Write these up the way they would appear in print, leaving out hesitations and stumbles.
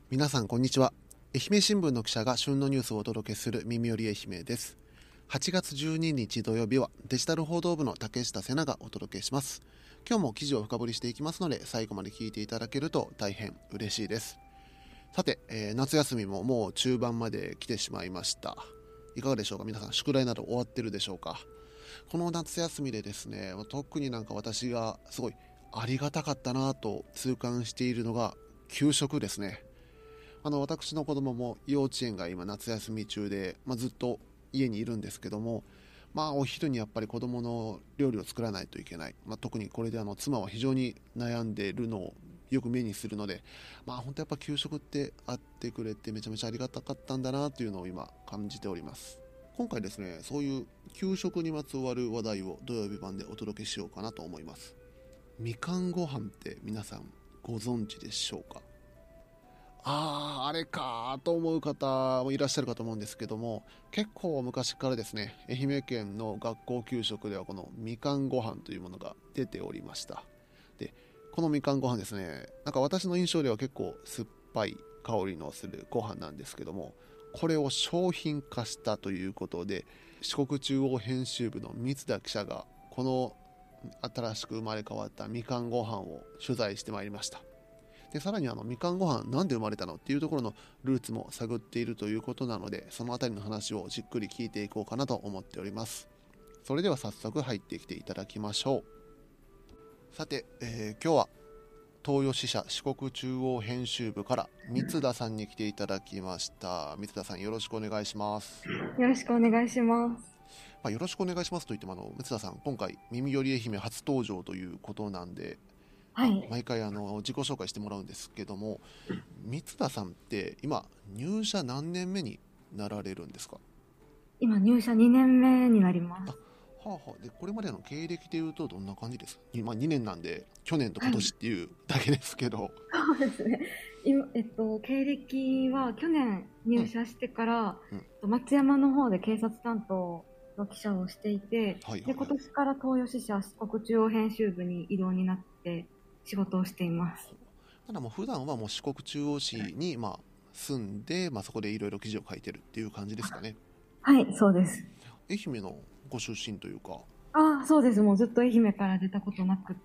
皆さんこんにちは。愛媛新聞の記者が旬のニュースをお届けする耳より愛媛です。8月12日土曜日はデジタル報道部の竹下瀬奈がお届けします。今日も記事を深掘りしていきますので、最後まで聞いていただけると大変嬉しいです。さて、夏休みももう中盤まで来てしまいました。いかがでしょうか。皆さん宿題など終わってるでしょうか。この夏休みでですね、特に私がすごいありがたかったなと痛感しているのが給食ですね。私の子供も幼稚園が今夏休み中で、ずっと家にいるんですけども、お昼にやっぱり子供の料理を作らないといけない、特にこれで妻は非常に悩んでいるのをよく目にするので、本当やっぱ給食ってあってくれてめちゃめちゃありがたかったんだなというのを今感じております。今回ですね、そういう給食にまつわる話題を土曜日版でお届けしようかなと思います。みかんご飯って皆さんご存知でしょうか。あれかと思う方もいらっしゃるかと思うんですけども、結構昔からですね、愛媛県の学校給食ではこのみかんご飯というものが出ておりました。で、このみかんご飯ですね、私の印象では結構酸っぱい香りのするご飯なんですけども、これを商品化したということで、四国中央編集部の三田記者がこの新しく生まれ変わったみかんご飯を取材してまいりました。でさらにみかんご飯なんで生まれたのっていうところのルーツも探っているということなので、そのあたりの話をじっくり聞いていこうかなと思っております。それでは早速入ってきていただきましょう。さて、今日は東洋支社四国中央編集部から三田さんに来ていただきました。三田さん、よろしくお願いします。 よろしくお願いします。 よろしくお願いしますといっても三田さん今回耳より愛媛初登場ということなんで、 はい。 毎回自己紹介してもらうんですけども、三田さんって今入社何年目になられるんですか？ 今入社2年目になります。 でこれまでの経歴でいうとどんな感じですか？2年なんで去年と今はい。 年っていうだけですけど。 そうですね。経歴は去年うん入社してから、 うん。 松山の方で警察担当の記者をしていて、で、 はいはいはい。 今年から東洋支社四国中央編集部に異動になって仕事をしています。 ただもう普段はもう四国中央市に住んで、そこでいろいろ記事を書いてるっていう感じですかね。 はい、そうです。 愛媛のご出身というか。 ああ、そうです。もうずっと愛媛から出たことなくって、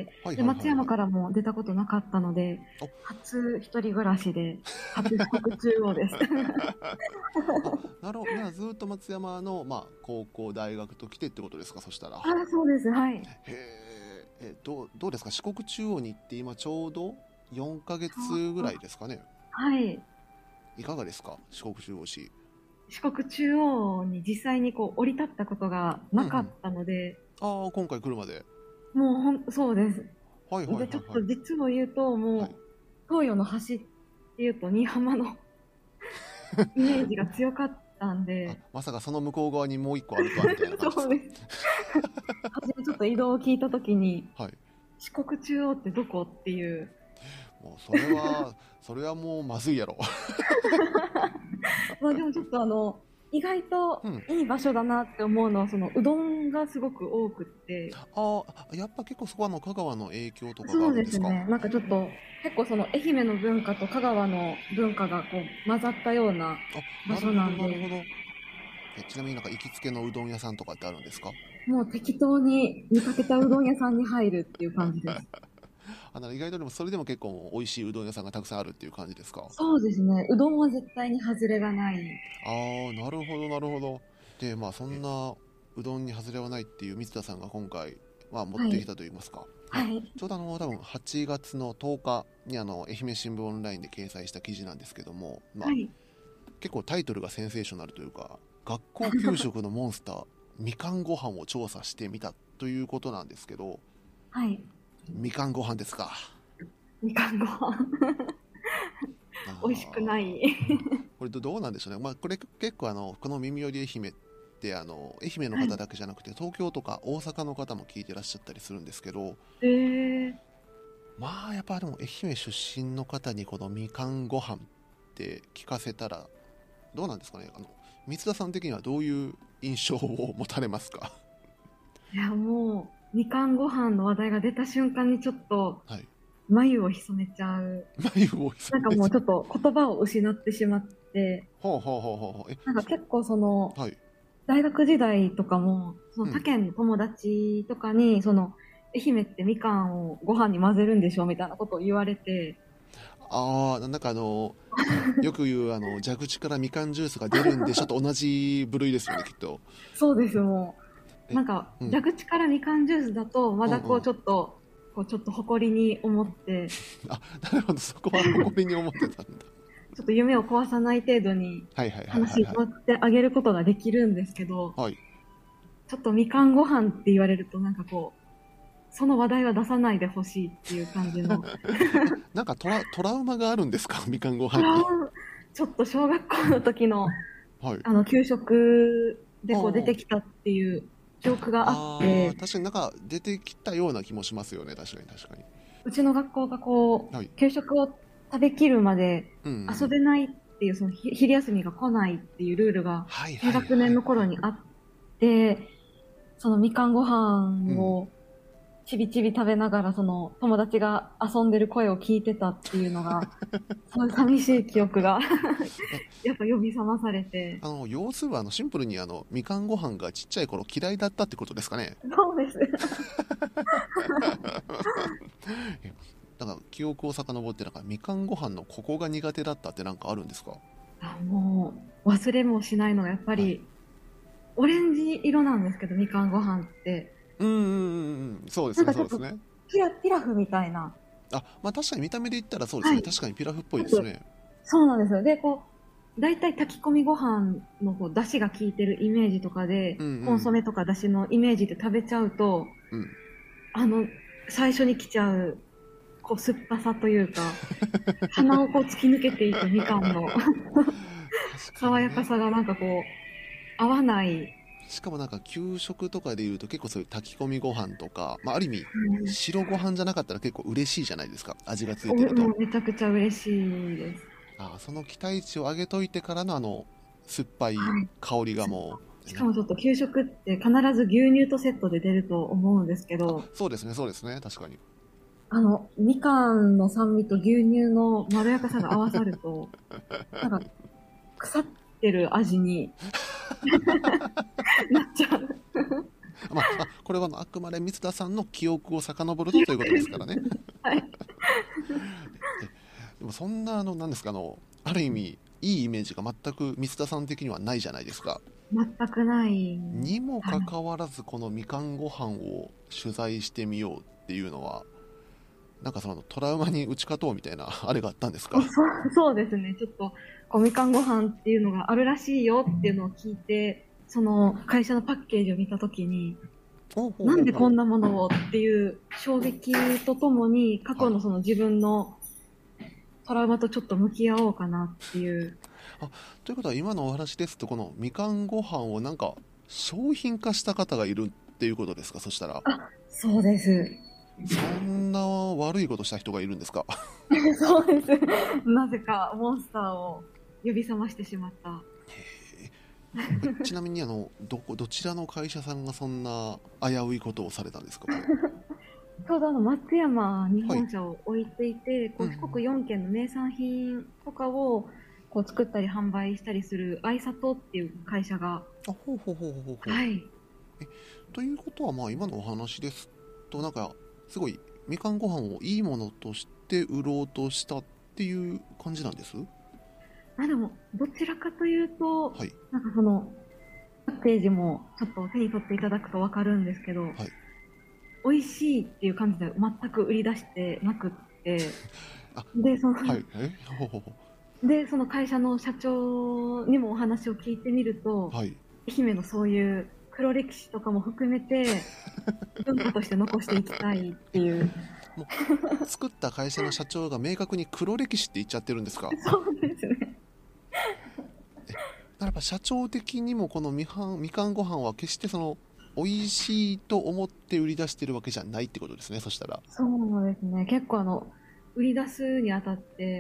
はいで、 はいはいはい。 松山からも出たことなかったので、初一人暮らしで、初四国中央です。 なるほど。ずっと松山の、高校大学と来てってことですか、そしたら。 ああ、そうです。はい。 どうですか、四国中央に行って今ちょうど4ヶちょう月ぐらど、 いですかね。 はい。 いかがですか、四国中央市。 四国中央に実際に降り立ったことがうんうん。 なかったので、 今回来るまで。 もうそうです。 はいはいで、ちょっとはいはい。 実を言うと、 はい。 もう、東洋の端っていうと、新居浜のイメージが強かったんで、 まさかその向こう側にもう一個あるとはみたいな感じですか。 そうです。初めちょっと移動を聞いたときに、 はい。 四国中央ってどこっていう。 もうそれはもうまずいやろ。 まあでもちょっと意外とうん。 いい場所だなって思うのは、そのうどんがすごく多くって、 やっぱ結構そこは香川の影響とかがあそうるんですか？ ですね。なんかちょっと、結構その愛媛の文化と香川の文化が混ざったような場所なるほどなんで、 なるほど。ちなみに行きつけのうどん屋さんとかってあるんですか？ もう適当に見かけたうどん屋さんに入るっていう感じです。 意外とでもそれでも結構美味しいうどん屋さんがたくさんあるっていう感じですか？ そうですね。うどんは絶対に外れがない。 なるほどなるほど。でそんなうどんに外れはないっていう三田さんが今回、持っはい。 てきたといいますか、 はい。 ちょうど多分8月の10日に愛媛新聞オンラインで掲載した記事なんですけども、 はい。 結構タイトルがセンセーショナルというか、学校給食のモンスターみかんご飯を調査してみたということなんですけど、 はい。 みかんご飯ですか？ みかんご飯。美味しくなあい。 これどうなんでしょうね。これ結構この耳より愛媛って愛媛のはい。 方だけじゃなくて東京とか大阪の方も聞いてらっしゃったりするんですけど、 えー、 やっぱでも愛媛出身の方にこのみかんご飯って聞かせたらどうなんですかね。三田さん的にはどういう印象を持たれますか？ いや、もう、みかんご飯の話題が出た瞬間にちょっと、 はい。 眉を潜めちゃう。 眉をなんかもうちょっと言葉を失ってしまって、 ほうほうほうほうほう。 なんか結構その、 はい。 大学時代とかも、そのうん他県の友達とかに、その、愛媛ってみかんをご飯に混ぜるんでしょみたいなことを言われて、 ああ、なんかよく言う蛇口からみかんジュースが出るんでしょと同じ部類ですよね、きっと。 そうです、もう。 え、 なんか、 うん。 蛇口からみかんジュースだと、まだこううんうん。 ちょっと、こうちょっと誇りに思って、 あ、なるほど、そこは誇りに思ってたんだ。 ちょっと夢を壊さない程度にはいはいはいはいはい。 話に乗ってあげることができるんですけど、 はい。 ちょっとみかんご飯って言われるとなんかこう、その話題は出さないでほしいっていう感じの、 なんかトラウマがあるんですか、みかんごあら飯に。 ちょっと小学校の時のはい。 給食でこう出うんうん。 てきたっていう記憶があっああ、 て、 確かになんか出てきたような気もしますよね。確かに確かに。 うちの学校がこう、 はい。 給食を食べきるまでうんうん。 遊べないっていう、その昼休みが来ないっていうルールがはい低はいはい学年の頃はい。 にあって、そのみかんご飯うん。 をちびちび食べながらその友達が遊んでる声を聞いてたっていうのが、そういう寂しい記憶がえ、 やっぱ呼び覚まされて、 要するはシンプルにみかんご飯がちっちゃい頃嫌いだったってことですかね。 そうです。 え、だから記憶を遡ってなんかみかんご飯のここが苦手だったってなんかあるんですか？ もう忘れもしないのがやっぱはい。 りオレンジ色なんですけど、みかんご飯って。 うんうんうんうん。そうですね、 なんかちょっとそうですね。 ピラフみたいな。 あ、まあ確かに見た目で言ったらそうですね。 はい。 確かにピラフっぽいよくですね。 そうなんですよ。で、こう、大体炊き込みご飯のこう出汁が効いてるイメージとかで、 うんうコンソん。 メとか出汁のイメージで食べちゃうと、 うん。 あの、最初に来ちゃう、こう、酸っぱさというか、鼻をこう突き抜けていくみかんの確か爽やかにね。 さがなんかこう、合わない。 しかもなんか給食とかで言うと結構そういう炊き込みご飯とか、まあある意味うん、 白ご飯じゃなかったら結構嬉しいじゃないですか。味がついてると。 もうめちゃくちゃ嬉しいです。 ああ、その期待値を上げといてからの酸っぱいはい。 香りがもう、なんか、 しかもちょっと給食って必ず牛乳とセットで出ると思うんですけあ、 ど、 そうですね、そうですね、確かに。 みかんの酸味と牛乳のまろやかさが合わさると、なんか腐ってる味になっちゃう。 まあ、これはあくまで三田さんの記憶を遡るとということですからね。 はい。 えでもそんななんですか、ある意味いいイメージが全く三田さん的にはないじゃないですか。 全くない。 にもはい。 かかわらずこのみかんご飯を取材してみようっていうのは、なんかそのトラウマに打ち勝とうみたいなあれがあったんですか？ そうですね。ちょっと、みかんご飯っていうのがあるらしいよっていうのを聞いて、その会社のパッケージを見たときに、 ほうほうなんでこほうほんなものをっていう衝撃とともに、過う。はい。 去のその自分のトラウマとちょっと向き合おうかなっていう。 あ、ということは今のお話ですとこのみかんご飯をなんか商品化した方がいるっていうことですか、そしたら。 あ、そうです。 そんな悪いことした人がいるんですか？ そうです。なぜかモンスターを呼び覚ましてしまった。 ちなみにどちらの会社さんがそんな危ういことをされたんですか、これは。 ちょうど松山にはい。 本社を置いていて、こう四うんうん。 国4県の名産品とかをこう作ったり販売したりするアイサトっていう会社が、 あ、ほうほうほうほうほう。 はい。 え、ということはまあ今のお話ですとなんかすごいみかんご飯をいいものとして売ろうとしたっていう感じなんです？ でも、どちらかというと、 はい。 なんかその、パッケージもちょっと手に取っていただくとわかるんですけど、 はい。 美味しいっていう感じで全く売り出してなくって、 あ、 で、 はい。ほうほうほその会社の社長にもお話を聞いてみると、 う。はい。 愛媛のそういう黒歴史とかも含めて、文化として残していきたいっていう。 もう作った会社の社長が明確に黒歴史って言っちゃってるんですか？ そうですね。 やっぱ社長的にもこのみかんご飯は決して美味しいと思って売り出してるわけじゃないってことですね、そしたら。 そうですね。結構売り出すにあたって、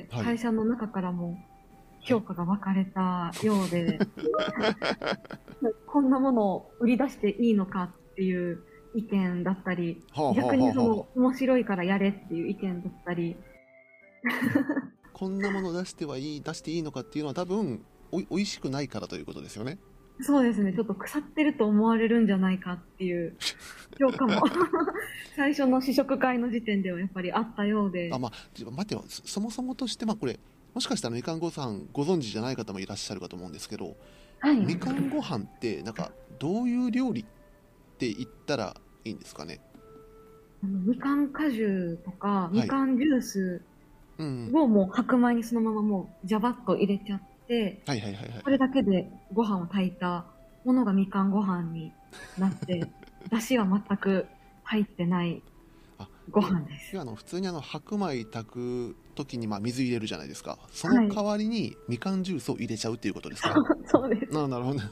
はい。 会社の中からもはい。 評価が分かれたようで、こんなものを売り出していいのかっていう意見だったり、 はあはあ逆にそはあはの面白いからやれっていう意見だったり、 あ、こんなもの出していいのかっていうのは多分おいしくないからということですよね。 そうですね、ちょっと腐ってると思われるんじゃないかっていう評価も最初の試食会の時点ではやっぱりあったようで、 まあ待てよ、そもそもとして、これもしかしたらみかんごさんご存知じゃない方もいらっしゃるかと思うんですけど、 はい。 みかんご飯ってなんかどういう料理って言ったらいいんですかね。 みかん果汁とか、 はい。 みかんジュースうん。 をもう白米にそのままもうジャバッと入れちゃって、 はいはいはいはい。 これだけでご飯を炊いたものがみかんご飯になって、出汁は全く入ってないあ、 ご要飯です。 要は普通に白米炊く時に水入れるじゃないですか。そのはい。 代わりにみかんジュースを入れちゃうっていうことですかね。 そうです。 なるほど。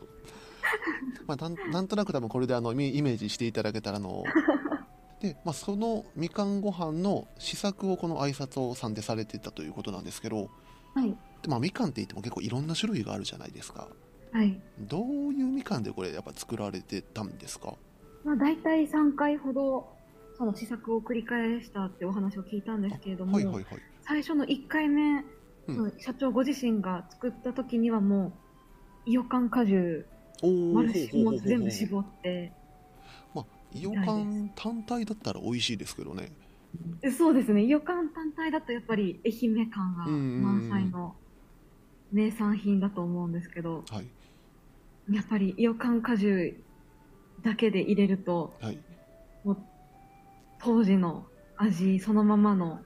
なんとなく多分これでイメージしていただけたらで、そのみかんご飯の試作をこの挨拶をさんでされてたということなんですけど、 はい。 で、みかんって言っても結構いろんな種類があるじゃないですか。 はい。 どういうみかんでこれやっぱ作られてたんですか？ 大体3回ほど、その試作を繰り返したってお話を聞いたんであ、 すけれども、 はいはいはい。 最初の1回目、 うん。 その社長ご自身が作った時にはもう、イヨカン果汁、 おお、ほうほうもうほうほうほう。 全部絞ってイヨみたいです。 カン単体だったら美味しいですけどね。 そうですね。イヨカン単体だとやっぱり愛媛感うんうんうが満載ん。 の名産品だと思うんですけど、 はい。 やっぱりイヨカン果汁だけで入れると、 はい。 もう当時の味そのままの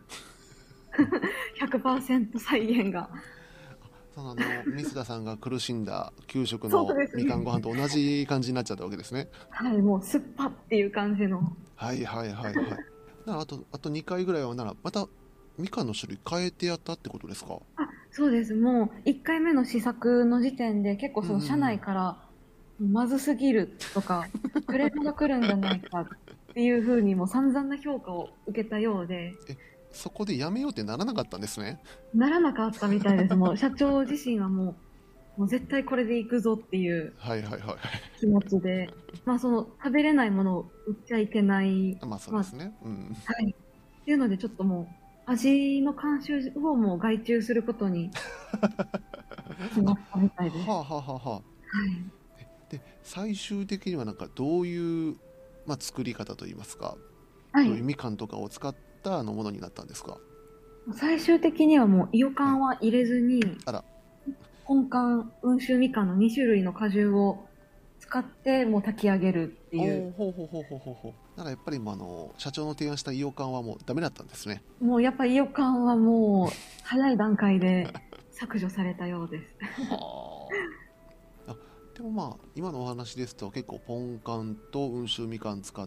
100%再現が。 その水田さんが苦しんだ給食そうのですね。 みかんご飯と同じ感じになっちゃったわけですね。 はい、もう酸っぱっていう感じの。 はいはいはいはい。ならあと2回ぐらいはならまたみかんの種類変えてやったってことですか？ あ、そうです。もう1回目の試作の時点で結構うんうんうその社内ん。 からまずすぎるとか、クレームが来るんじゃないかっていうふうにもう散々な評価を受けたようで、 え、そこでやめようってならなかったんですね。 ならなかったみたいです。もう社長自身はもう絶対これでいくぞっていうはいはいはい。 気持ちで、その食べれないものを売っちゃいけない、 そうですね。うん。 はい。っていうのでちょっともう味の監修をもう外注することに決まったみたいです。 はあはあはあはあ。 はい。 で、最終的にはなんかどういう、作り方といいますか、 はい。 どういうみかんとかを使ったものになったんですか？ 最終的にはもう、イヨカはい。 ンは入れずに、 あら、 本柑、温州みかんの2種類の果汁を使ってもう炊き上げるっていう。 おお、ほうほうほうほうほうほう。ならやっぱり社長の提案したイオカンはもうダメだったんですね。 もうやっぱイヨカンはもう、早い段階で削除されたようです。 はあ。でも今のお話ですと結構ポンカンと温州みかん使って、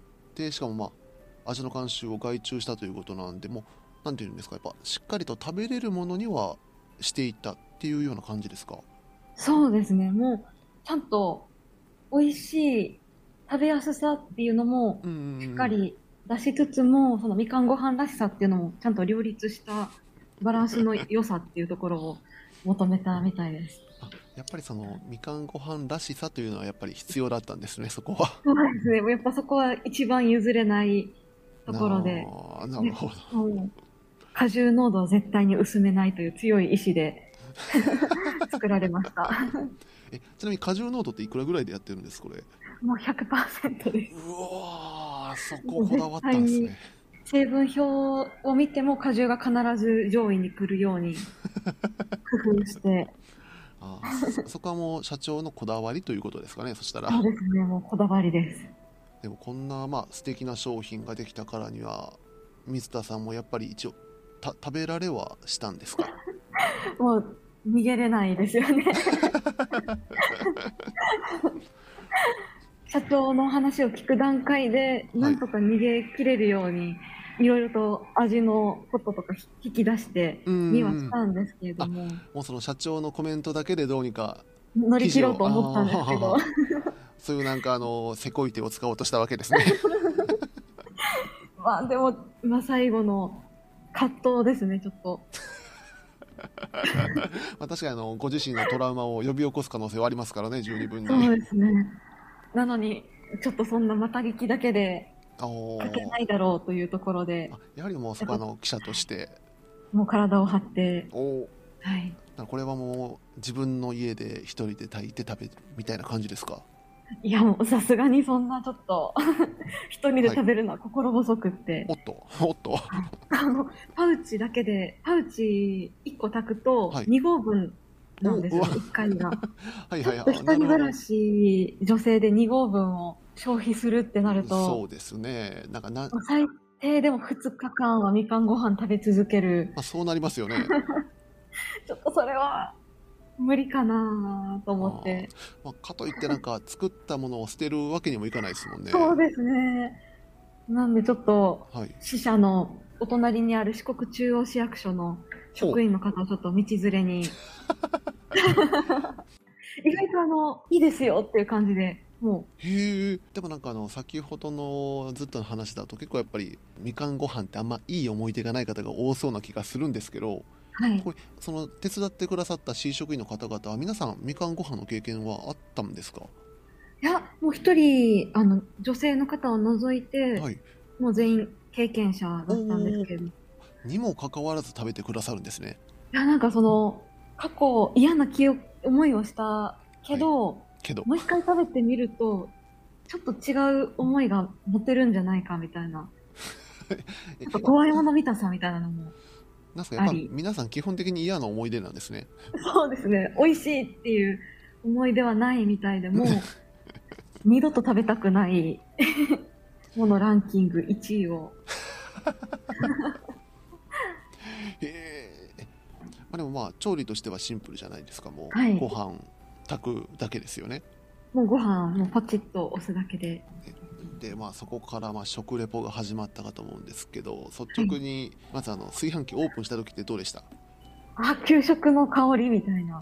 しかも味の監修を外注したということなんで、もう、なんていうんですか、やっぱしっかりと食べれるものにはしていったっていうような感じですか？ そうですね。もう、ちゃんと美味しい食べやすさっていうのもうんうんうしっかん。 り出しつつも、そのみかんご飯らしさっていうのもちゃんと両立したバランスの良さっていうところを求めたみたいです。 やっぱりそのみかんご飯らしさというのはやっぱり必要だったんですね、そこは。 そうですね。やっぱそこは一番譲れないところで、 なるね、 ほど。 もう果汁濃度を絶対に薄めないという強い意志で作られました。 ちなみに果汁濃度っていくらぐらいでやってるんですこれ？ もう100%です。 うわー、そこもう絶こだわっ対にたんですね。 成分表を見ても果汁が必ず上位に来るように工夫して、 そこはもう社長のこだわりということですかね、そしたら。 そうですね、もうこだわりです。 でもこんな素敵な商品ができたからには、水田さんもやっぱり一応食べられはしたんですか？ もう逃げれないですよね。社長の話を聞く段階で、 はい。 なんとか逃げ切れるように、いろいろと味のこととか引き出してうーにはしん。 たんですけれどあ、 も、 もうその社長のコメントだけでどうにか乗り切ろう記事を、 と思ったんですけど、 そういうなんかせこい手を使おうとしたわけですね。 でも、最後の葛藤ですね、ちょっと。 確かにご自身のトラウマを呼び起こす可能性はありますからね、十二分に。 そうですね。なのに、 ちょっとそんなまた聞きだけでお書けないだろうというところで、 やはりもうそこは記者として、 もう体を張って、 おはい。 これはもう自分の家で一人で炊いて食べるみたいな感じですか？ いや、もうさすがにそんなちょっと一人ではい。 食べるのは心細くって、 おっと、おっと。 パウチだけで、パウチ1個炊くとはい。 2合分なんですうわ、 よね、1回が。 はいはい、 ちょっと一人暮らなるほど。 し、女性で2合分を消費するってなると、 そうですね。 最低でも2日間はみかんご飯食べ続ける。 まあ、そうなりますよね。 ちょっとそれは無理かなと思っあて。 まあ、かといって作ったものを捨てるわけにもいかないですもんね。 そうですね。なんでちょっと、 はい。 支社のお隣にある四国中央市役所のほう。 職員の方をちょっと道連れに、意外といいですよっていう感じで、もへえ。でも先ほどのずっとの話だと結構やっぱりみかんご飯ってあんまいい思い出がない方が多そうな気がするんですけど、 う、はい。 これその手伝ってくださった市職員の方々は皆さんみかんご飯の経験はあったんですか？ いや、もう一人、女性の方を除いて、 はい。 もう全員経験者おだったんですお。 けど、いにもかかわらず食べてくださるんですね。 や、なんか過去嫌な思いをしたけはい。 ど、 けど、 もう一回食べてみると、ちょっと違う思いが持てるんじゃないかみたいな、 え、 ちょっと怖いもの見たさみたいなのもなんすかやっぱあり、 皆さん基本的に嫌な思い出なんですね。 そうですね、美味しいっていう思い出はないみたいで、もう二度と食べたくないものランキング1位を。 へえ。まあ、でもまあ調理としてはシンプルじゃないですか。もはい。 うご飯炊くだけですよね。 もうご飯もうポチッと押すだけで。 でまあそこから食レポが始まったかと思うんですけど、 はい。 率直にまず炊飯器オープンした時ってどうでした？ あ、給食の香りみたいな。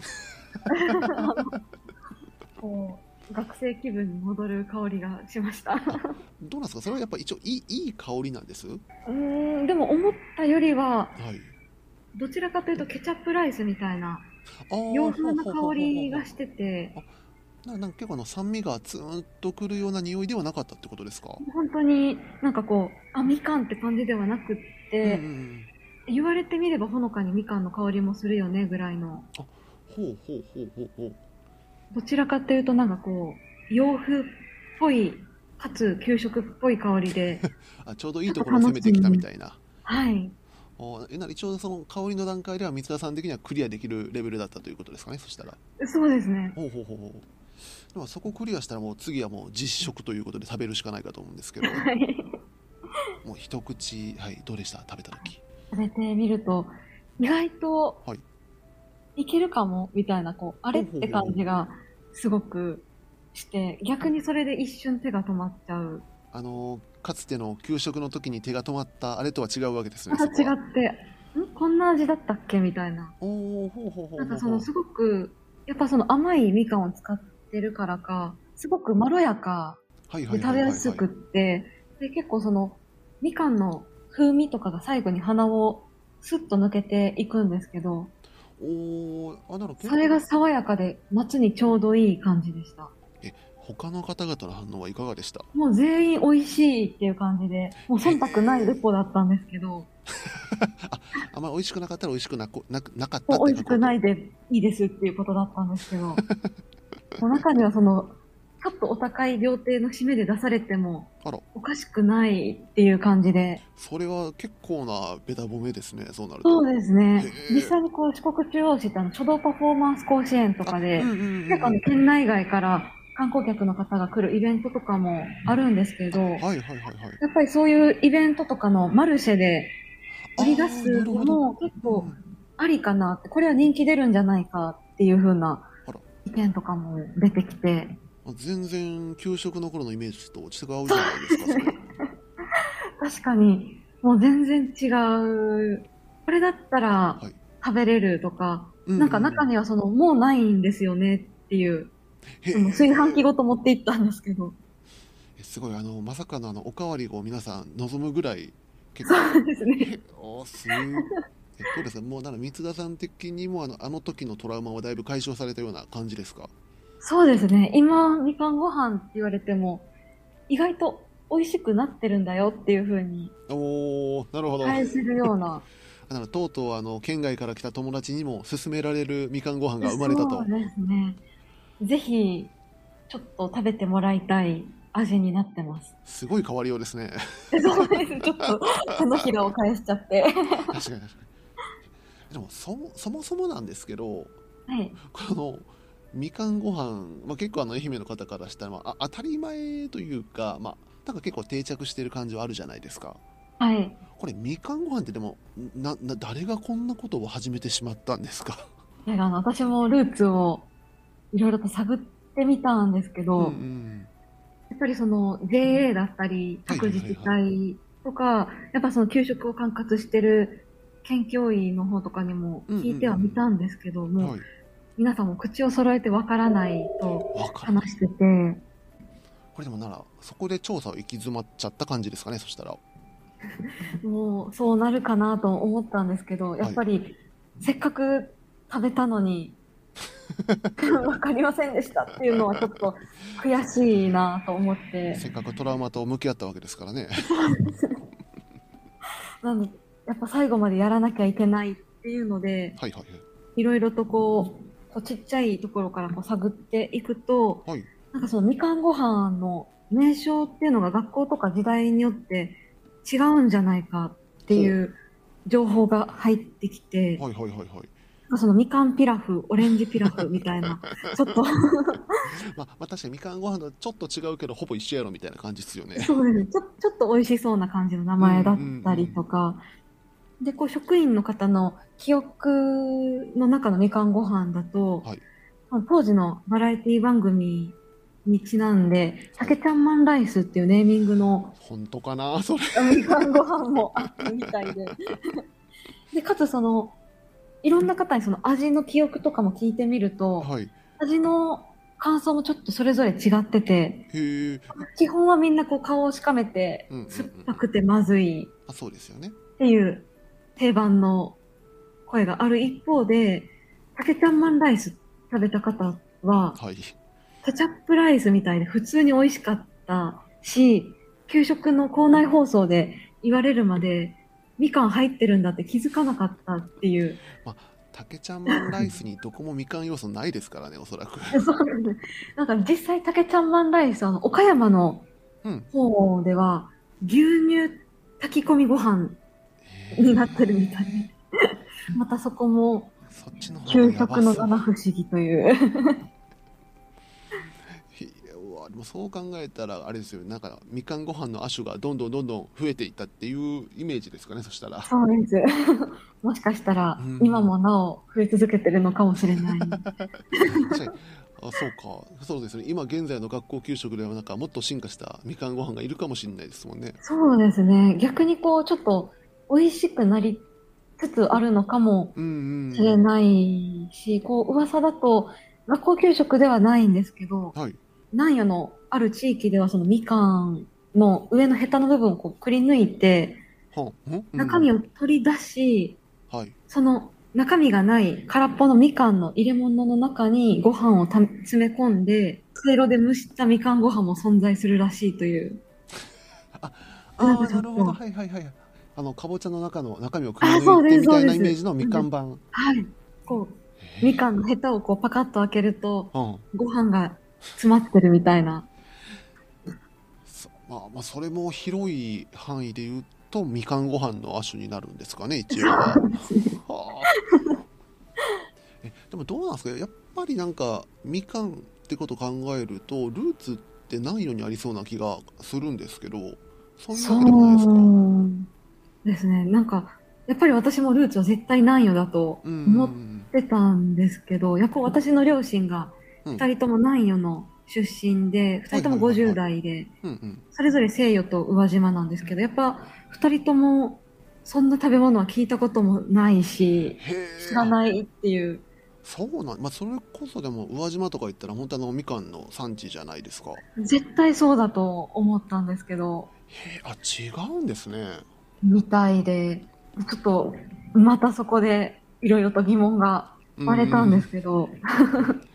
こ学生気分に戻る香りがしました。 あ、どうなんですか？それはやっぱ一応いい香りなんです？ でも思ったよりは、 はい。 どちらかというとケチャップライスみたいなああ、ほう洋風なほうほうほうほうほう。 香りがしてて、 あ、結構酸味がツーンとくるような匂いではなかったってことですか？ 本当になんかあ、みかんって感じではなくっうんうんうて、 ん。 言われてみればほのかにみかんの香りもするよねぐらいの、 あ、ほうほうほうほうほう。 どちらかというとなんか洋風っぽい、かつ給食っぽい香りで、 あ、ちょうどいいちょっとところを攻めてきたみ楽しみに。 たいな。 はい。 一応その香りの段階では三田さん的にはクリアできるレベルだったということですかね、そしたら。 そうですね。 ほうほうほうほう。でもそこクリアしたらもう次はもう実食ということで食べるしかないかと思うんですけど、 はい。 もう一口、はい、どうでした食べた時？ 食べてみると、意外とはい。 いけるかも、みたいな、あれほうほうってほうほう。 感じがすごくして、逆にそれで一瞬手が止まっちゃう。 かつての給食の時に手が止まったあれとは違うわけですね、 また違そこは。 って、こんな味だったっけみたいな。 おお、ほうほうほなんかうほうほう。 すごく、やっぱその甘いみかんを使ってるからか、すごくまろやかではいはい食べやすはいはいはい。 くって、で、結構みかんの風味とかが最後に鼻をスッと抜けていくんですけど、 おお、あ、なるほど、 それが爽やかで夏にちょうどいい感じでした。 他の方々の反応はいかがでした？ もう全員美味しいっていう感じで、もうへ忖度ないレえ。 ポだったんですけど、 あまり美味しくなかったら美味しくなかったっもう美味して書こうと。 くないでいいですっていうことだったんですけど、もう中にはちょっとお高い料亭の締めで出されてもあら、 おかしくないっていう感じで、 それは結構なベタ褒めですね、そうなると。 そうですへね。実え。 際に四国中央市って書道パフォーマンス甲子園とあ、 かで、 うんうんうん結構うん。 県内外から観光客の方が来るイベントとかもあるんですけど、 はいはいはいはい。 やっぱりそういうイベントとかのマルシェで売り出ああ、なするほど。 のも結構うん。 ありかなって、これは人気出るんじゃないかっていう風なあら、 意見とかも出てきて、 全然給食の頃のイメージと違うじゃないですか、それ。 確かにもう全然違う。これだったらはい。 食べれるとか、 うんうんうなんか中ん。 にはもうないんですよねっていう、 へ炊飯器え。 ごと持って行ったんですけど、 すごい、まさかのおかわりを皆さん望むぐらい、結構、 そうですね。 へ、どうですか？もう、三田さん的にもあの時のトラウマはだいぶ解消されたような感じですか？ そうですね。今、みかんご飯って言われても、 意外と美味しくなってるんだよっていう風におー、なるほど。 返せるような、 とうとう県外から来た友達にも勧められるみかんご飯が生まれたと。 そうですね。ぜひ、ちょっと食べてもらいたい味になってます。 すごい変わりようですね。 そうです。ちょっと手のひらを返しちゃって。 確かに確かに。でもそもそもなんですけど、 はい。 このみかんご飯、結構愛媛の方からしたら、当たり前というか、なんか結構定着してる感じはあるじゃないですか。 はい。 これみかんご飯ってでも誰がこんなことを始めてしまったんですか？ 私もルーツをいろいろと探ってみたんですけうんうど、 ん。 やっぱりその JA だったり、 はいはい各自治はいはい。 体とか、やっぱその給食を管轄してる県教委の方とかにもうんうん聞いてはみたんですけどうん。 も、 はい。 皆さんも口を揃えてわからないとわからない。 話してて、 これでもなら、そこで調査を行き詰まっちゃった感じですかね、そしたら。 もうそうなるかなと思ったんですけど、やはい。 っぱりせっかく食べたのにわかりませんでしたっていうのはちょっと悔しいなと思って、 せっかくトラウマと向き合ったわけですからね。 なので、やっぱ最後までやらなきゃいけないっていうので、 はいはいいろいろとこうちっちゃいところからこう探っていくと、 はい。はい。 なんかそのみかんご飯の名称っていうのが学校とか時代によって違うんじゃないかってほう。 いう情報が入ってきて、 はいはいはいはい。 そのみかんピラフ、オレンジピラフみたいな、ちょっと確かにみかんご飯とはちょっと違うけど、ほぼ一緒やろみたいな感じですよね。 そうですね、ちょっと美味しそうな感じの名うんうんう前だったりとん。 か、で、こう職員の方の記憶の中のみかんご飯だと、 はい。 当時のバラエティ番組にちなんで、 はい。 たけちゃんマンライスっていうネーミングの本当かなそれ。 みかんご飯もあったみたいで。で、かつその、いろんな方にその味の記憶とかも聞いてみると、 はい。 味の感想もちょっとそれぞれ違ってて、 へえ。 基本はみんなこう顔をしかめて、 うんうんうん酸っぱうん。 くてまずいそうですよね。 っていう定番の声がある一方で、たけちゃんマンライス食べた方は、 はい。 ケチャップライスみたいで普通に美味しかったし、給食の校内放送で言われるまで、みかん入ってるんだって気づかなかったっていう。 まあ、たけちゃんマンライスにどこもみかん要素ないですからね、おそらく。 そうなんです。なんか実際、たけちゃんマンライス、岡山のうん。 方では、牛乳炊き込みご飯になってるみたいで、またそこもそっちの方が給やばそう。 食の七不思議という。 うわでもそう考えたらあれですよ、なんかみかんご飯の亜種がどんどんどんどん増えていったっていうイメージですかね、そしたら。 そうです。もしかしたうら、今ん。 もなお増え続けてるのかもしれない。 確かに。そうか。そうですね。今現在の学校給食ではなんかもっと進化したみかんご飯がいるかもしれないですもんね。 そうですね。逆にちょっと美味しくなりつつあるのかもうんうんしれうん。 ないし、噂だと、学校給食ではないんですけど、 はい。 南予のある地域ではそのみかんの上のヘタの部分をくり抜いて、 はんうん。 中身を取り出し、 はい。 その中身がない空っぽのみかんの入れ物の中にご飯を詰め込んで、せいろで蒸したみかんご飯も存在するらしいという。 あ、 なんかちょなるほど。 っと、 はいはいはい。かぼちゃの中の中身をくりあ、 抜いそうです、 てみたいなそうです。 イメージのみなんで、 かん版。 はい。みかんのヘタをパカッと開けると、 うん。 ご飯が詰まってるみたいな。 それも広い範囲で言うとみかんご飯の亜種になるんですかね、一応は。はあ。でもどうなんですか、やっぱりなんかみかんってことを考えるとルーツって南予にありそうな気がするんですけど、そういうわけでもないですか？ そうですね。なんか、やっぱり私もルーツは絶対南予だとうんう思っんてたんですけど、やっぱ私の両親がうんうん。 二人とも南予の出身で、二はい人とも50 はいはいはい。 代で、 うんうん。 それぞれ西予と宇和島なんですけど、やっぱ二人ともそんな食べ物は聞いたこともないし、 へ知え。 らないっていう。 そうなん、それこそでも宇和島とか行ったら本当みかんの産地じゃないですか。 絶対そうだと思ったんですけど、 へえ、違うんですね。 みたいで、ちょっとまたそこでいろいろと疑問がうー割れたんでん。 すけど、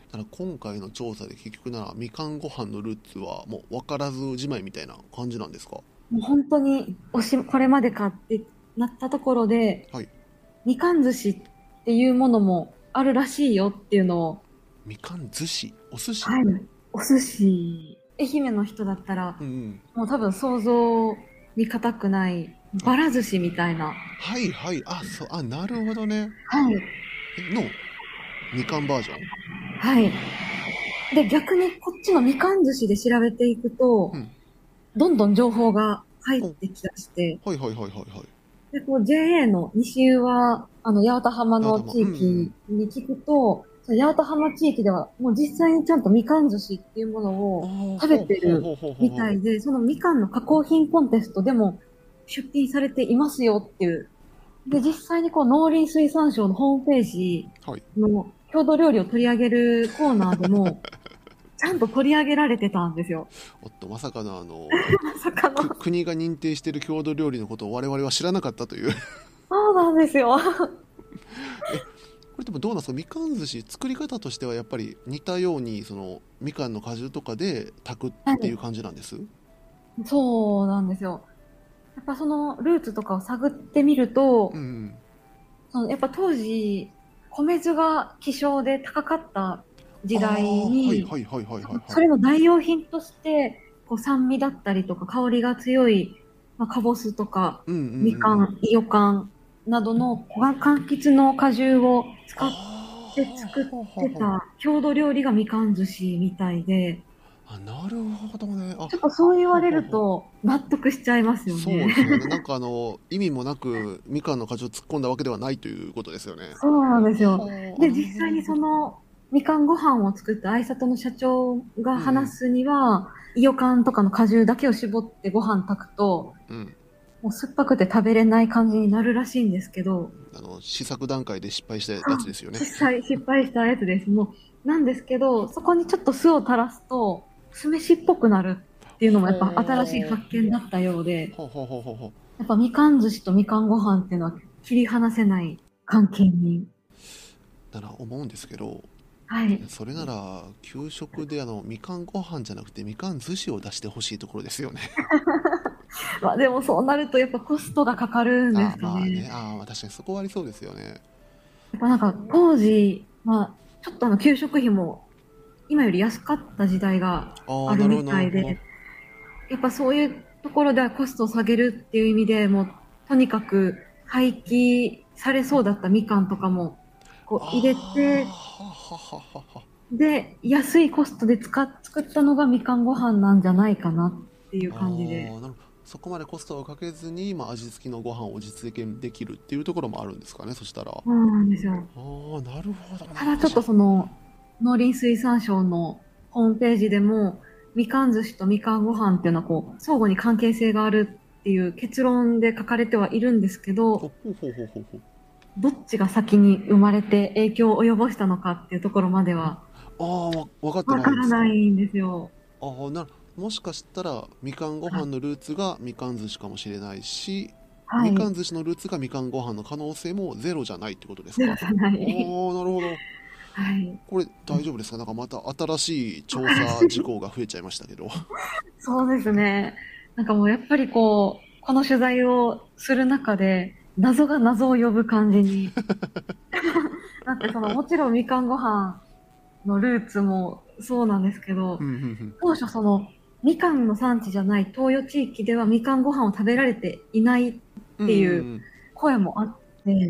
ただ今回の調査で結局ならみかんご飯のルーツはもう分からずじまいみたいな感じなんですか？ もう本当にこれまでかってなったところで、 はい。 みかん寿司っていうものもあるらしいよっていうのを、 みかん寿司、お寿司。 はい、お寿司、愛媛の人だったら、 うんうん。 もう多分想像に難くないばら寿司みたいな。 はいはい。あ、そう、あ、なるほどね。 はい。 のみかんバージョン。 はい。で、逆にこっちのみかん寿司で調べていくと、 うん。 どんどん情報が入っお、 てきだして、 はいはいはいはいはい。 で、こう JA の西湯は、八幡浜の八幡浜。うんうん。 地域に聞くと、その八幡浜地域では、もう実際にちゃんとみかん寿司っていうものああ、 を食べほうてるほうほうほうほうほみたいで、そのみかんの加工品コンテストでも出品されていますよっていう。で、実際にこう農林水産省のホームページう。はい。 の郷土料理を取り上げるコーナーでも、ちゃんと取り上げられてたんですよ。 おっと、まさかのまさかの。 国が認定している郷土料理のことを我々は知らなかったという。 そうなんですよ。 え、これでもどうなんですか？みかん寿司作り方としてはやっぱり似たようにそのみかんの果汁とかで炊くっていう感じなんです？ そうなんですよ。やっぱそのルーツとかを探ってみると、 うんうん。 そのやっぱ当時、米酢が希少で高かった時あ代あ、はいに、 はいはいはいはいはい。 それの代用品として、こう酸味だったりとか香りが強い、まあ、かぼすとか、 うんうんうんうん。 みかん、いよかんなどの柑橘の果汁を使っあて作っあ、はははは。 てた郷土料理がみかん寿司みたいで、 あ、なるほどね。あ、 ちょっとそう言われほほほ。 ると納得しちゃいますよね。 そうですよね。なんか意味もなくみかんの果汁を突っ込んだわけではないということですよね。 そうなんですよ。 はあ、あ、 で、 なる実際にほどなるほど。 そのみかんご飯を作った相里の社長がうんうん。 話すには、いよかんとかの果汁だけを絞ってご飯炊くと、 うん。 もう酸っぱくて食べれない感じになるらしいんですけど、 試作段階で失敗したやつあですよね。 失敗したやつです。もう、なんですけど、そこにちょっと酢を垂らすと、酢飯っぽくなるっていうのもやっぱ新しいほ発見だったようで、 う。ほうほうほうほうほう。 やっぱみかん寿司とみかんご飯っていうのは切り離せない関係に。 なら思うんですけど、 はい。 それなら給食でみかんご飯じゃなくてみかん寿司を出してほしいところですよね。 まあでもそうなるとやっぱコストがかかるんでああ、 すかね。 まあね。ああ、確かにそこはありそうですよね。 やっぱなんか当時、まあちょっと給食費も今より安かった時代がああ、 あるみなるほどなるほど。 たいで、やっぱそういうところではコストを下げるっていう意味でもうとにかく廃棄されそうだったみかんとかもこう入れあて、 あ、ははははは。 で、安いコストで作ったのがみかんご飯なんじゃないかなっていうあ感じで。 あ、なるほど。そこまでコストをかけずに、まあ、味付きのご飯を実現できるっていうところもあるんですかね、そしたら。あそうなんですよ。 あ、なるほどな。 ただちょっとその農林水産省のホームページでも、みかん寿司とみかんご飯っていうのはこう相互に関係性があるっていう結論で書かれてはいるんですけほど、 うほうほうほうほう。 どっちが先に生まれて影響を及ぼしたのかっていうところまではああ、分かってわからないんですか。 ないんですよ。 ああ、もしかしたらみかんご飯のルーツがみかん寿司かもしれないし、みかはい。 ん寿司のルーツがみかんご飯の可能性もゼロじゃないってことですか。あゼロじゃなあ、 い。 なるほど。 はい。 これ大丈夫ですか？なんかまた新しい調査事項が増えちゃいましたけど。 そうですね。なんかもうやっぱりこう、この取材をする中で、謎が謎を呼ぶ感じに。だってその、もちろんみかんご飯のルーツもそうなんですけど、 うんうん当初その、みかんの産地じゃない東予地域ではみかんご飯を食べられていないっうん。うんていううんうん。 声もあって、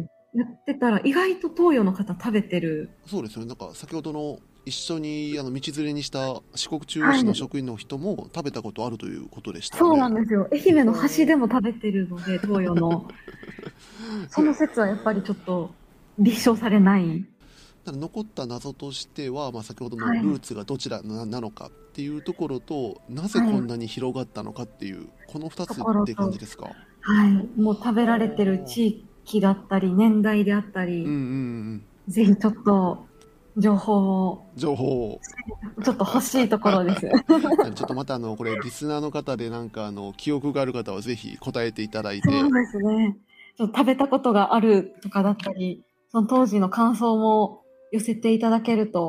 やってたら意外と東予の方食べてる。 そうですよね。なんか先ほどの一緒に道連れにした四国中央はい。 市の職員の人も食べたことあるということでしたよそうなね。 んですよ。愛媛の端ほう。 でも食べてるので、東予の。その説はやっぱりちょっと立証されない。 ただ残った謎としては、まあ、先ほどのはい。 ルーツがどちらなのかっていうところと、なぜこんはい。 なに広がったのかっていうこの2 とつって感じころと、 ですか？ はい。もう食べられてるほ地域だったり、年代であったう。うんうんり、 うん。 ぜひちょっと情報を情報を。 ちょっと欲しいところです。 なんでちょっとまたこれリスナーの方でなんか記憶がある方はぜひ答えていただいて。 そうですね。ちょっと食べたことがあるとかだったり、その当時の感想も寄せていただけると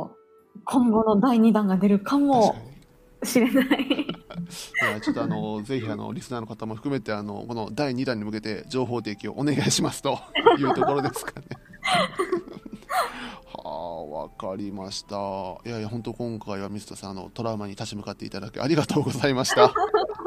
今後の第2弾が出るか確かもに。 しれない。 いやちょっとぜひリスナーの方も含めてこの第2弾に向けて情報提供お願いしますというところですかね。はあ、わかりました。いやいや、本当今回は水田さんトラウマに立ち向かっていただきありがとうございました。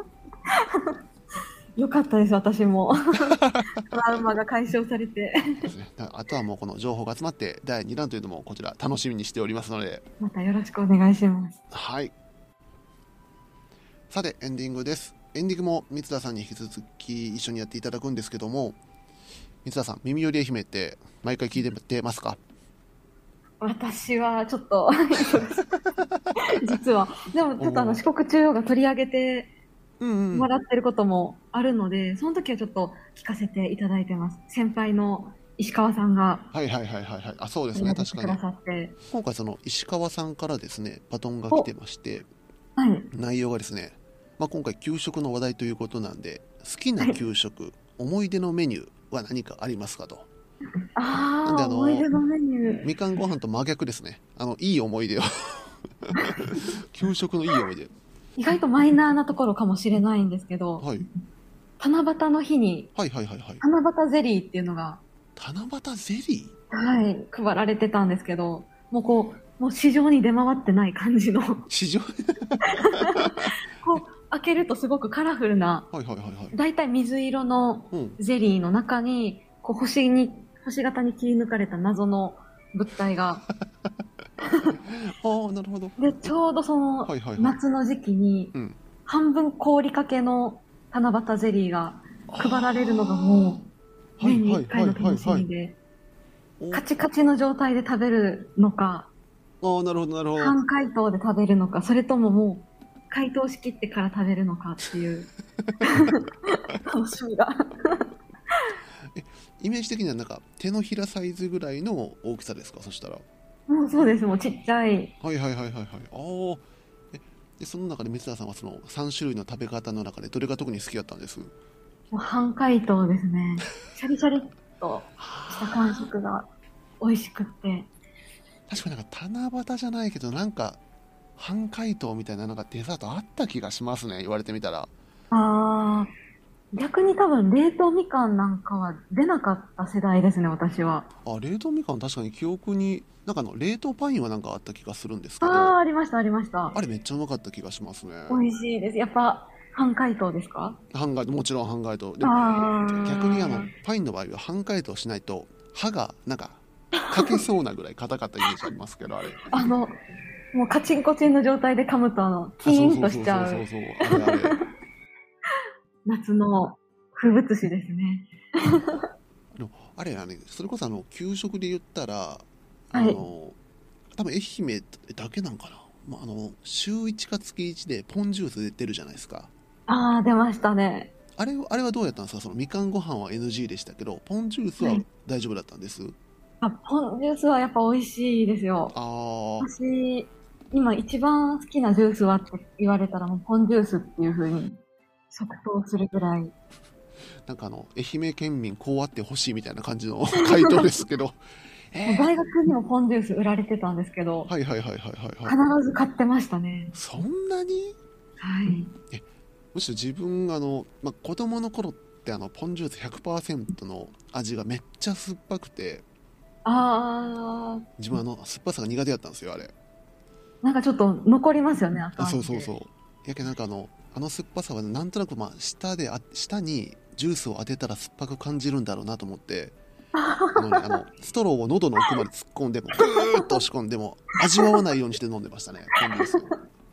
よかったです、私も。トラウマが解消されて。 ですね。あとはもうこの情報が集まって第2弾というのもこちら楽しみにしておりますので。 またよろしくお願いします。 はい。さてエンディングです。エンディングも三田さんに引き続き一緒にやっていただくんですけども、三田さん、耳より愛媛って毎回聞いてますか？ 私はちょっと実は。でもちょっと四国中央が取り上げてもらってることもあるので、その時はちょっと聞かせていただいてます。先輩の石川さんが。 はいはいはいはいはい。あ、そうですね、確かに。今回その石川さんからですね、バトンが来てまして、 はい、 内容がですね、今回給食の話題ということなんで、好きな給食、はい、思い出のメニューは何かありますかと。 なんで思い出のメニュー。 みかんご飯と真逆ですね。いい思い出を給食のいい思い出。 意外とマイナーなところかもしれないんですけど、 はい、 七夕の日に、 はいはいはいはい、 七夕ゼリーっていうのが、 七夕ゼリー、はい、配られてたんですけど、もう市場に出回ってない感じの市場こう開けるとすごくカラフルな、だいたい水色のゼリーの中に、こう星型に切り抜かれた謎の物体がああ、なるほど。 でちょうどその夏の時期に半分凍りかけの七夕ゼリーが配られるのがもう年に1回の楽しみで、カチカチの状態で食べるのか、 なるほどなるほど、 半解凍で食べるのか、それとももう解凍しきってから食べるのかっていう楽しみがイメージ的にはなんか手のひらサイズぐらいの大きさですか？そしたらもうそうです、もうちっちゃい。 はいはいはいはいはい。ああ。でその中で三田さんはその3種類の食べ方の中でどれが特に好きだったんです？もう半解凍ですね。シャリシャリっとした感触が美味しくって。 確かになんか七夕じゃないけどなんか半解凍みたいななんかデザートあった気がしますね、言われてみたら。 あー、逆に多分冷凍みかんなんかは出なかった世代ですね、私は。 冷凍みかん確かに記憶になんか冷凍パインはなんかあった気がするんですけど。 ありましたありました。 あれめっちゃうまかった気がしますね。 美味しいです。やっぱ半解凍ですか？ もちろん半解凍で、逆にパインの場合は半解凍しないと歯がなんかかけそうなぐらい硬かったイメージありますけど、あれもうカチンコチンの状態で噛むとキーンとしちゃう夏の風物詩ですね。 あれそれこそ給食で言ったらはい、 多分愛媛だけなんかな、週1か月1でポンジュース出るじゃないですか。 出ましたね。 あれはどうやったんですか？そのみかんご飯は NG でしたけどポンジュースは大丈夫だったんです？ ポンジュースはやっぱ美味しいですよ。私今一番好きなジュースはって言われたらもうポンジュースっていう風に即答するぐらい。 なんか愛媛県民こうあってほしいみたいな感じの回答ですけど大学にもポンジュース売られてたんですけど、必ず買ってましたね。 そんなに？ はい。 むしろ自分子供の頃ってポンジュース 100% の味がめっちゃ酸っぱくて、自分酸っぱさが苦手だったんですよ、あれ。 なんかちょっと残りますよね、 そうやけどなんか酸っぱさはなんとなく舌にジュースを当てたら酸っぱく感じるんだろうなと思ってストローを喉の奥まで突っ込んでもグーッと押し込んでも味わわないようにして飲んでましたね、ポンジュース。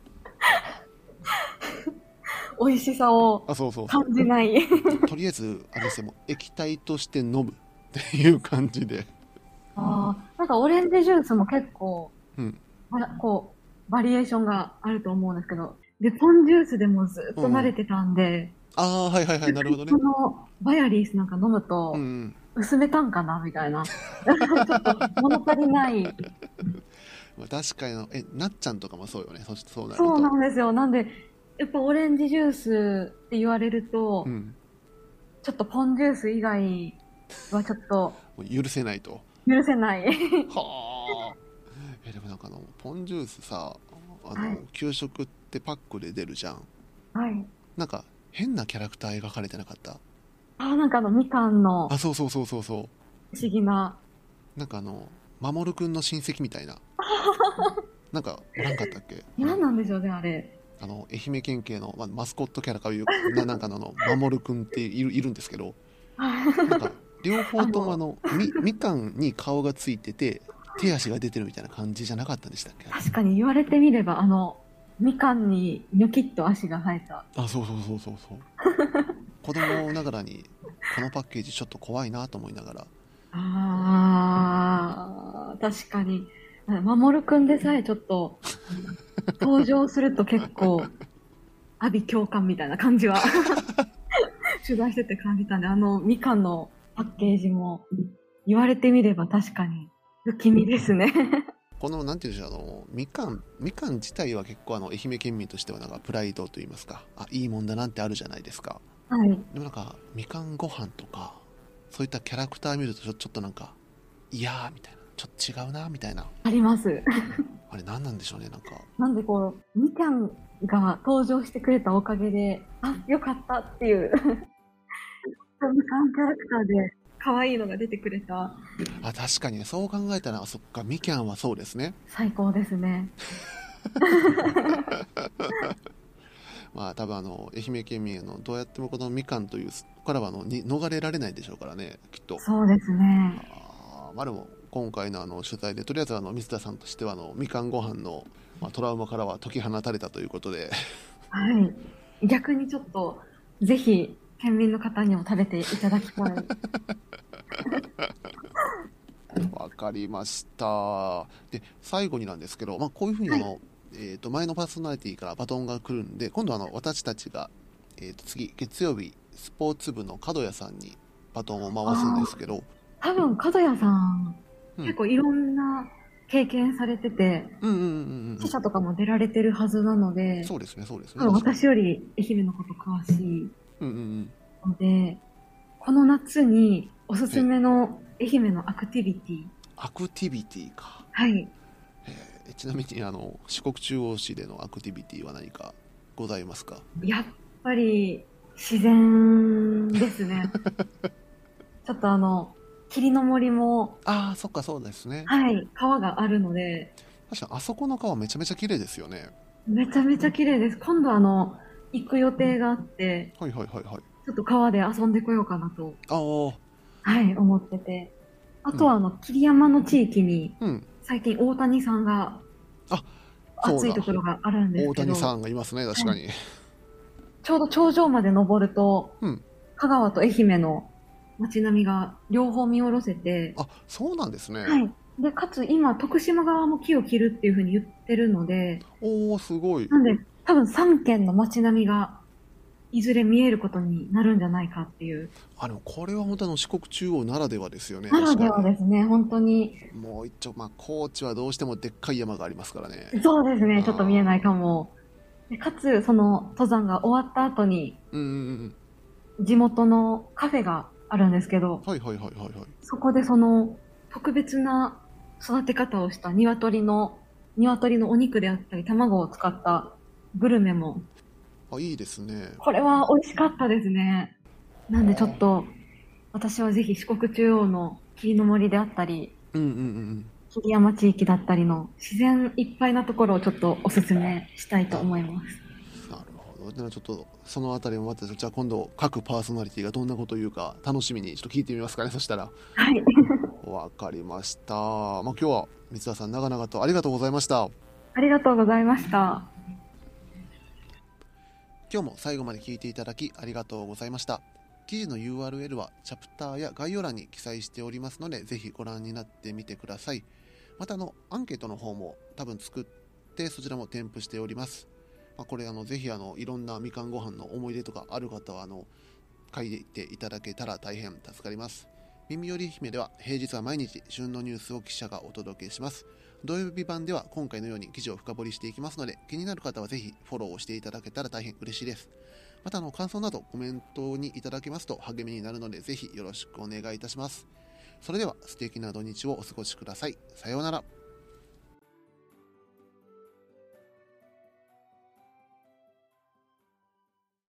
美味しさを感じない。 とりあえずあれですよ、液体として飲むっていう感じで。 なんかオレンジジュースも結構、こうバリエーションがあると思うんですけど、でポンジュースでもずっと慣れてたんで、 はいはいはい、なるほどね。 このバヤリースなんか飲むと、薄めたんかなみたいなちょっと物足りない確かになっちゃんとかもそうよね。 そうなんですよ。なんでやっぱオレンジジュースって言われると、ちょっとポンジュース以外はちょっと許せないと。 許せないはあ。 でもなんかポンジュースさ、 はい。 給食ってパックで出るじゃん。 はい。 なんか変なキャラクター描かれてなかった？ なんかみかんのあ、そうそうそうそうそ不思議な。 う。なんか守くんの親戚みたいな。なんかおらんかったっけ？ 何なんでしょうね、あれ。 愛媛県警の、マスコットキャラかいうなんか守くんっているんですけど、なんか両方ともあの、 みかんに顔がついてて手足が出てるみたいな感じじゃなかったんでしたっけ、あれ？ 確かに言われてみれば、みかんにニョキッと足が生えた。 あ、そうそうそうそうそう。子供ながらにこのパッケージちょっと怖いなと思いながら。 確かに。守るくんでさえちょっと登場すると結構、阿鼻叫喚みたいな感じは取材してて感じたんで、みかんのパッケージも言われてみれば確かに不気味ですね。 このなんていうんでしょう、みかん自体は結構愛媛県民としてはなんかプライドといいますか、いいもんだなんてあるじゃないですか。 はい。 でもなんかみかんご飯とかそういったキャラクター見るとちょっとなんかいやーみたいな、ちょっと違うなみたいな。 あります。 あれ何なんでしょうね、なんか。 なんでこう、みかんが登場してくれたおかげで、よかったっていう、みかんキャラクターで可愛いのが出てくれた。 確かにね、そう考えたら、そっか、みきゃんはそうですね。 最高ですね。 多分愛媛県民どうやってもこのみかんというそこからはに逃れられないでしょうからね、きっと。 そうですね。 でも今回の取材でとりあえず水田さんとしてはみかんご飯の、トラウマからは解き放たれたということで。 はい。逆にちょっと、ぜひ、県民の方にも食べていただきたい。 わかりました。で最後になんですけど、こういうふうにはい。 前のパーソナリティからバトンが来るんで、今度は私たちが、次月曜日スポーツ部の角谷さんにバトンを回すんですけど。 多分、角谷さん、 うん、 結構いろんな経験されてて、 うんうんうんうんうん。 記者とかも出られてるはずなので、 そうですね、そうですね、 多分確かに。 私より愛媛のこと詳しいうんうんうん。 ので、この夏におすすはい。 めの愛媛のアクティビティ。 アクティビティか。 はい。 ちなみに四国中央市でのアクティビティは何かございますか？ やっぱり自然ですね。ちょっと霧の森も、 そっか、そうですね。 はい、川があるので、 確かにあそこの川めちゃめちゃ綺麗ですよね。 めちゃめちゃ綺麗です。今度行く予定があって、 はいはいはいはい。 ちょっと川で遊んでこようかなと、 ああ、 はい、思ってて。あうん。 とは霧山の地域に、 うん。 最近大谷さんがあ、そうだ。 暑いところがあるんです大谷さけど、 んがいますね、確はい、 かに。 ちょうど頂上まで登ると、 うん。 香川と愛媛の街並みが両方見下ろせて、 そうなんですね。 はい。で、かつ今、徳島側も木を切るっていうふうに言ってるので、 おー、すごい。 なんで、多分3県の街並みがいずれ見えることになるんじゃないかっていう。 でもこれは本当四国中央ならではですよね、 ならで確かに。 はですね、本当に、 もう一丁、高知はどうしてもでっかい山がありますからね。 そうですね、ちょっと見えないあかも。でかつ、その登山が終わった後に、 うんうんうん。 地元のカフェがあるんですけど、 はいはいはいはいはい。 そこでその特別な育て方をした鶏のお肉であったり卵を使ったグルメも、 いいですね。 これは美味しかったですね。なんでちょっと私はぜひ四国中央の霧の森であったり、 うんうんうんうん。 霧山地域だったりの自然いっぱいなところをちょっとおすすめしたいと思います。 なるほど。ではちょっとそのあたりもまた、じゃあ今度各パーソナリティがどんなことを言うか楽しみにちょっと聞いてみますかね、そしたら。 はい。 わかりました。今日は三田さん長々とありがとうございました。 ありがとうございました。 今日も最後まで聞いていただきありがとうございました。記事の URL はチャプターや概要欄に記載しておりますので、ぜひご覧になってみてください。またアンケートの方も多分作ってそちらも添付しております。これぜひいろんなみかんご飯の思い出とかある方は書いていただけたら大変助かります。耳より姫では平日は毎日旬のニュースを記者がお届けします。土曜日版では今回のように記事を深掘りしていきますので、気になる方はぜひフォローをしていただけたら大変嬉しいです。また感想などコメントにいただけますと励みになるので、ぜひよろしくお願いいたします。それでは素敵な土日をお過ごしください。さようなら。